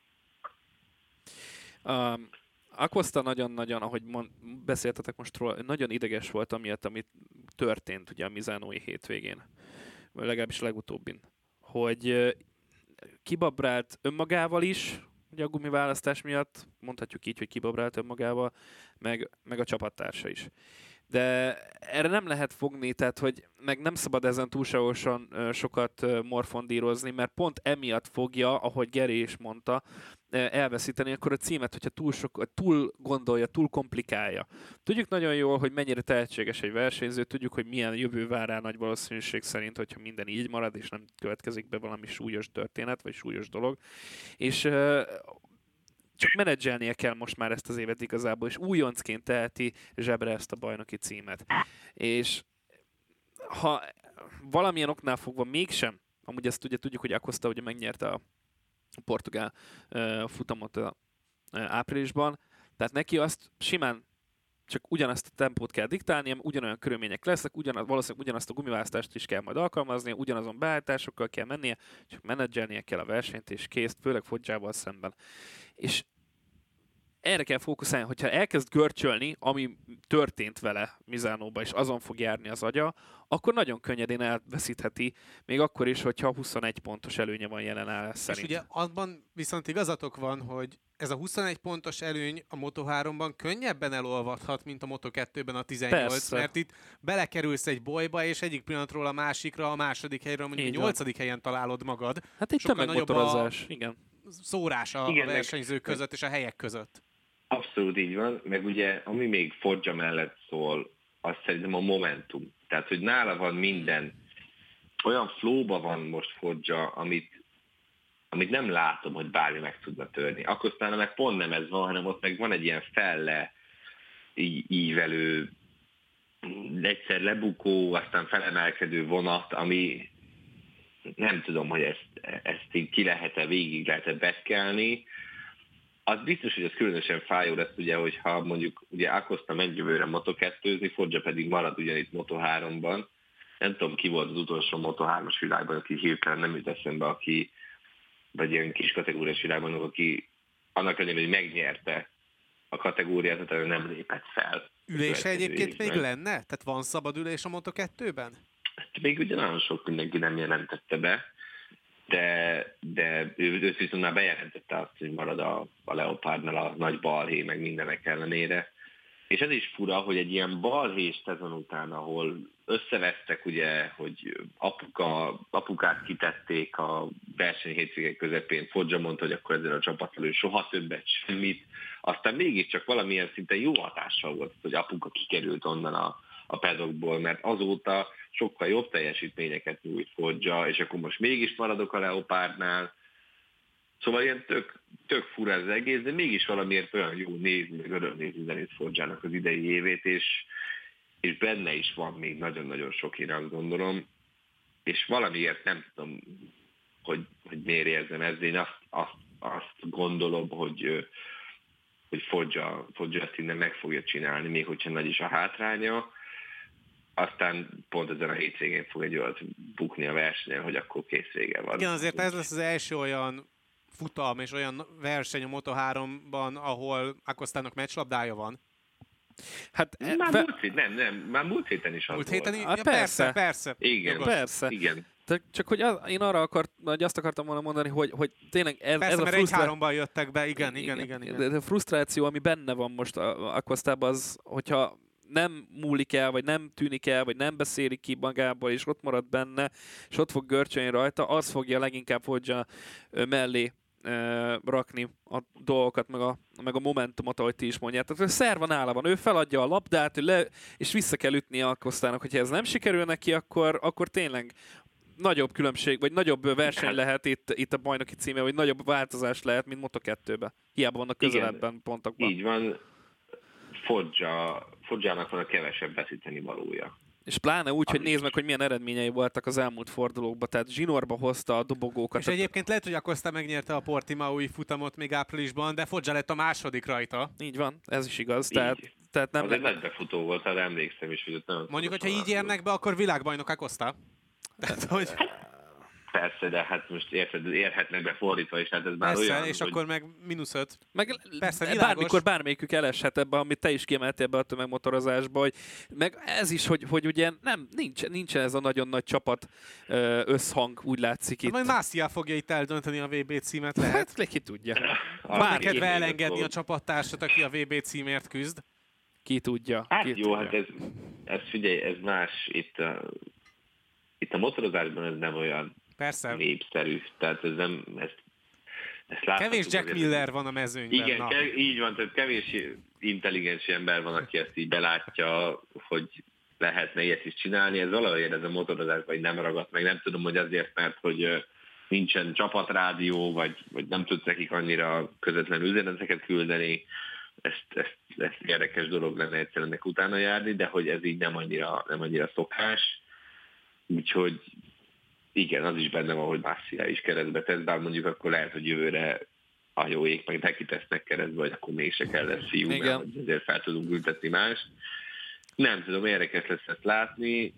Um, Acosta nagyon-nagyon, ahogy mond, beszéltetek most róla, nagyon ideges volt amiatt, amit történt ugye a Misánói hétvégén, vagy legalábbis legutóbbin, hogy kibabrált önmagával is, ugye a gumiválasztás miatt, mondhatjuk így, hogy kibabrált önmagával, meg, meg a csapattársa is. De erre nem lehet fogni, tehát hogy meg nem szabad ezen túlságosan uh, sokat uh, morfondírozni, mert pont emiatt fogja, ahogy Geri is mondta, uh, elveszíteni akkor a címet, hogyha túl, sok, túl gondolja, túl komplikálja. Tudjuk nagyon jól, hogy mennyire tehetséges egy versenyző, tudjuk, hogy milyen jövő vár rá nagy valószínűség szerint, hogyha minden így marad, és nem következik be valami súlyos történet, vagy súlyos dolog. És uh, csak menedzselnie kell most már ezt az évet igazából, és újoncként teheti zsebre ezt a bajnoki címet. És ha valamilyen oknál fogva mégsem, amúgy ezt ugye tudjuk, hogy Acosta ugye megnyerte a portugál uh, futamot uh, áprilisban, tehát neki azt simán csak ugyanazt a tempót kell diktálnia, ugyanolyan körülmények lesznek, ugyanaz, valószínűleg ugyanazt a gumiválasztást is kell majd alkalmazni, ugyanazon beállításokkal kell mennie, csak menedzselnie kell a versenyt, és kész, főleg Foggiával szemben. És erre kell fókuszálni, hogyha elkezd görcsölni, ami történt vele Misánóba, és azon fog járni az agya, akkor nagyon könnyedén elveszítheti, még akkor is, hogyha huszonegy pontos előnye van jelen áll szerint. És ugye abban viszont igazatok van, hogy ez a huszonegy pontos előny a Moto háromban könnyebben elolvadhat, mint a Moto kettőben a tizennyolc, Persze. mert itt belekerülsz egy bolyba, és egyik pillanatról a másikra, a második helyről, mondjuk Így a nyolcadik helyen találod magad. Hát egy Sokkal nagyobb tömegmotorozás, igen. szórás a, Igen, a versenyzők meg- között és a helyek között. Abszolút így van, meg ugye ami még Foggia mellett szól, az szerintem a momentum. Tehát, hogy nála van minden, olyan flowba van most Foggia, amit, amit nem látom, hogy bármi meg tudna törni. Akkor aztán meg pont nem ez van, hanem ott meg van egy ilyen felle í- ívelő, egyszer lebukó, aztán felemelkedő vonat, ami nem tudom, hogy ezt, ezt így ki lehet-e, végig lehet-e bekelni. Az biztos, hogy ez különösen fájó lesz, ugye, hogyha mondjuk ugye Acosta megy jövőre Moto kettőzni, Foggia pedig marad ugyanitt Moto háromban. Nem tudom, ki volt az utolsó Moto hármas világban, aki hirtelen nem jut eszembe, aki, vagy ilyen kis kategóriás világban, aki annak ellenére, hogy megnyerte a kategóriát, tehát nem lépett fel. Ülése egyébként még évben. lenne? Tehát van szabad ülés a Moto kettőben? Még ugye nagyon sok mindenki nem jelentette be, de, de ő, ő viszont már bejelentette azt, hogy marad a, a Leopardnál a nagy balhé, meg mindenek ellenére. És ez is fura, hogy egy ilyen balhés szezon után, ahol összevesztek ugye, hogy apuka, apukát kitették a verseny hétvégek közepén, Foggia mondta, hogy akkor ezzel a csapattal ő soha többet semmit, aztán mégiscsak valamilyen szinten jó hatással volt, hogy apuka kikerült onnan a, a pedokból, mert azóta sokkal jobb teljesítményeket nyújt Foggia, és akkor most mégis maradok a Leopardnál. Szóval ilyen tök, tök fura ez az egész, de mégis valamiért olyan jó nézni, meg öröm nézni Zenit Foggiának az idei évét, és, és benne is van még nagyon-nagyon sok irány, gondolom, és valamiért nem tudom, hogy, hogy miért érzem ezt, én azt, azt, azt gondolom, hogy, hogy Foggia, Foggia ezt innen meg fogja csinálni, még hogyha nagy is a hátránya, aztán pont ezen a hétvégén fog egy olyat bukni a versenyen, hogy akkor kész vége van. Igen, azért ez lesz az első olyan futam és olyan verseny a Moto háromban, ahol Acostának meccslabdája van. Hát, Már fe... múlt héten, nem, nem, már múlt héten is az Múlt héten volt. i- Hát ja, persze. persze, persze. Igen, Jogos. Persze. igen. Te- Csak hogy az, én arra akart, vagy azt akartam volna mondani, hogy, hogy tényleg ez, Persze, ez a mert frusztrá... egy-háromban jöttek be, igen, igen, igen. igen. De a frusztráció, ami benne van most a Acostában, az, hogyha nem múlik el, vagy nem tűnik el, vagy nem beszéli ki magából, és ott marad benne, és ott fog görcsölni rajta, az fogja leginkább Foggia mellé ö, rakni a dolgokat, meg a, meg a momentumot, ahogy ti is mondjátok. Ő szer van, álla van, ő feladja a labdát, ő le, és vissza kell ütni a Acostának, hogyha ez nem sikerül neki, akkor, akkor tényleg nagyobb különbség, vagy nagyobb verseny lehet itt, itt a bajnoki címe, vagy nagyobb változás lehet, mint Moto kettőbe. Hiába vannak közelebben pontokban. Így van. Foggia, Foggiának van a kevesebb veszíteni valója. És pláne úgy, hogy Az nézd is. meg, hogy milyen eredményei voltak az elmúlt fordulókban. Tehát zsinórba hozta a dobogókat. És egyébként lehet, hogy Acosta megnyerte a Portimaui futamot még áprilisban, de Foggia lett a második rajta. Így van, ez is igaz. Így. Tehát, tehát nem Az egy nagy befutó volt, arra emlékszem is, hogy ott nem... Mondjuk, hogyha így érnek be, akkor világbajnok Acosta. Tehát, hogy Persze, de hát most érted, érhetnek be fordítva is, hát ez már persze, olyan, és hogy... akkor meg mínusz öt. meg Persze, világos. bármikor bármelyikük eleshet ebbe, amit te is kiemeltél be a tömegmotorozásba, hogy meg ez is, hogy, hogy ugye nem, nincs, nincsen ez a nagyon nagy csapat ö, összhang, úgy látszik itt. Majd Mászia fogja itt eldönteni a vé bé címet, lehet. Hát ki tudja. Ah, Van igen, kedve igen, elengedni volt. a csapattársat, aki a vé bé címért küzd. Ki tudja. Hát ki jó, tudja. hát ez, ez figyelj, ez más, itt a, itt a motorozásban ez nem olyan Persze. népszerű, tehát ez nem, ezt, ezt láthatjuk. Kevés Jack azért. Miller van a mezőnyben. Igen, na. kev, így van, tehát kevés intelligens ember van, aki ezt így belátja, hogy lehetne ilyet is csinálni. Ez valahogy ez a motorozásban így nem ragadt meg. Nem tudom, hogy azért, mert hogy ö, nincsen csapatrádió, vagy, vagy nem tudsz nekik annyira közvetlen üzeneteket küldeni. Ezt, ezt, ezt érdekes dolog lenne egyszerűen ennek utána járni, de hogy ez így nem annyira, nem annyira szokás. Úgyhogy igen, az is benne van, hogy Massia is keresztbe tesz, bár mondjuk akkor lehet, hogy jövőre a jó ég meg neki tesznek keresztbe, vagy akkor mégse kell lesz fiú, Igen. mert hogy azért fel tudunk ültetni más. Nem tudom, érdekes lesz ezt látni,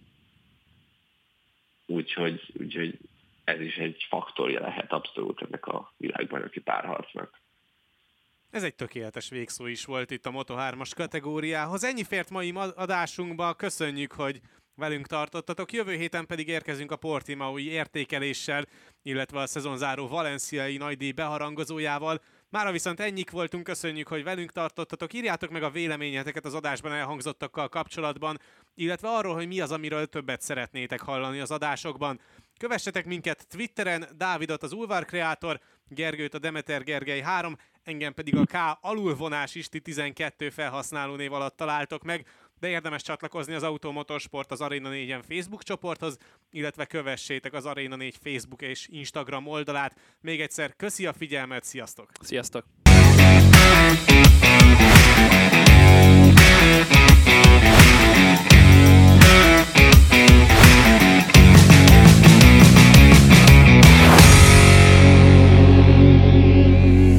úgyhogy, úgyhogy ez is egy faktorja lehet abszolút ennek a világbajnoki párharcnak. Ez egy tökéletes végszó is volt itt a Moto hármas kategóriához. Ennyi fért mai adásunkba, köszönjük, hogy velünk tartottatok. Jövő héten pedig érkezünk a Portimaui értékeléssel, illetve a szezonzáró valenciai nagydíj beharangozójával. Mára viszont ennyik voltunk, köszönjük, hogy velünk tartottatok. Írjátok meg a véleményeteket az adásban elhangzottakkal kapcsolatban, illetve arról, hogy mi az, amiről többet szeretnétek hallani az adásokban. Kövessetek minket Twitteren, Dávidot az Ulvar Kreator, Gergőt a Demeter Gergely három, engem pedig a K alulvonás isti tizenkettő felhasználó név alatt találtok meg, de érdemes csatlakozni az Automotorsport az Arena négyen Facebook csoporthoz, illetve kövessétek az Arena négy Facebook és Instagram oldalát. Még egyszer köszi a figyelmet, sziasztok! Sziasztok!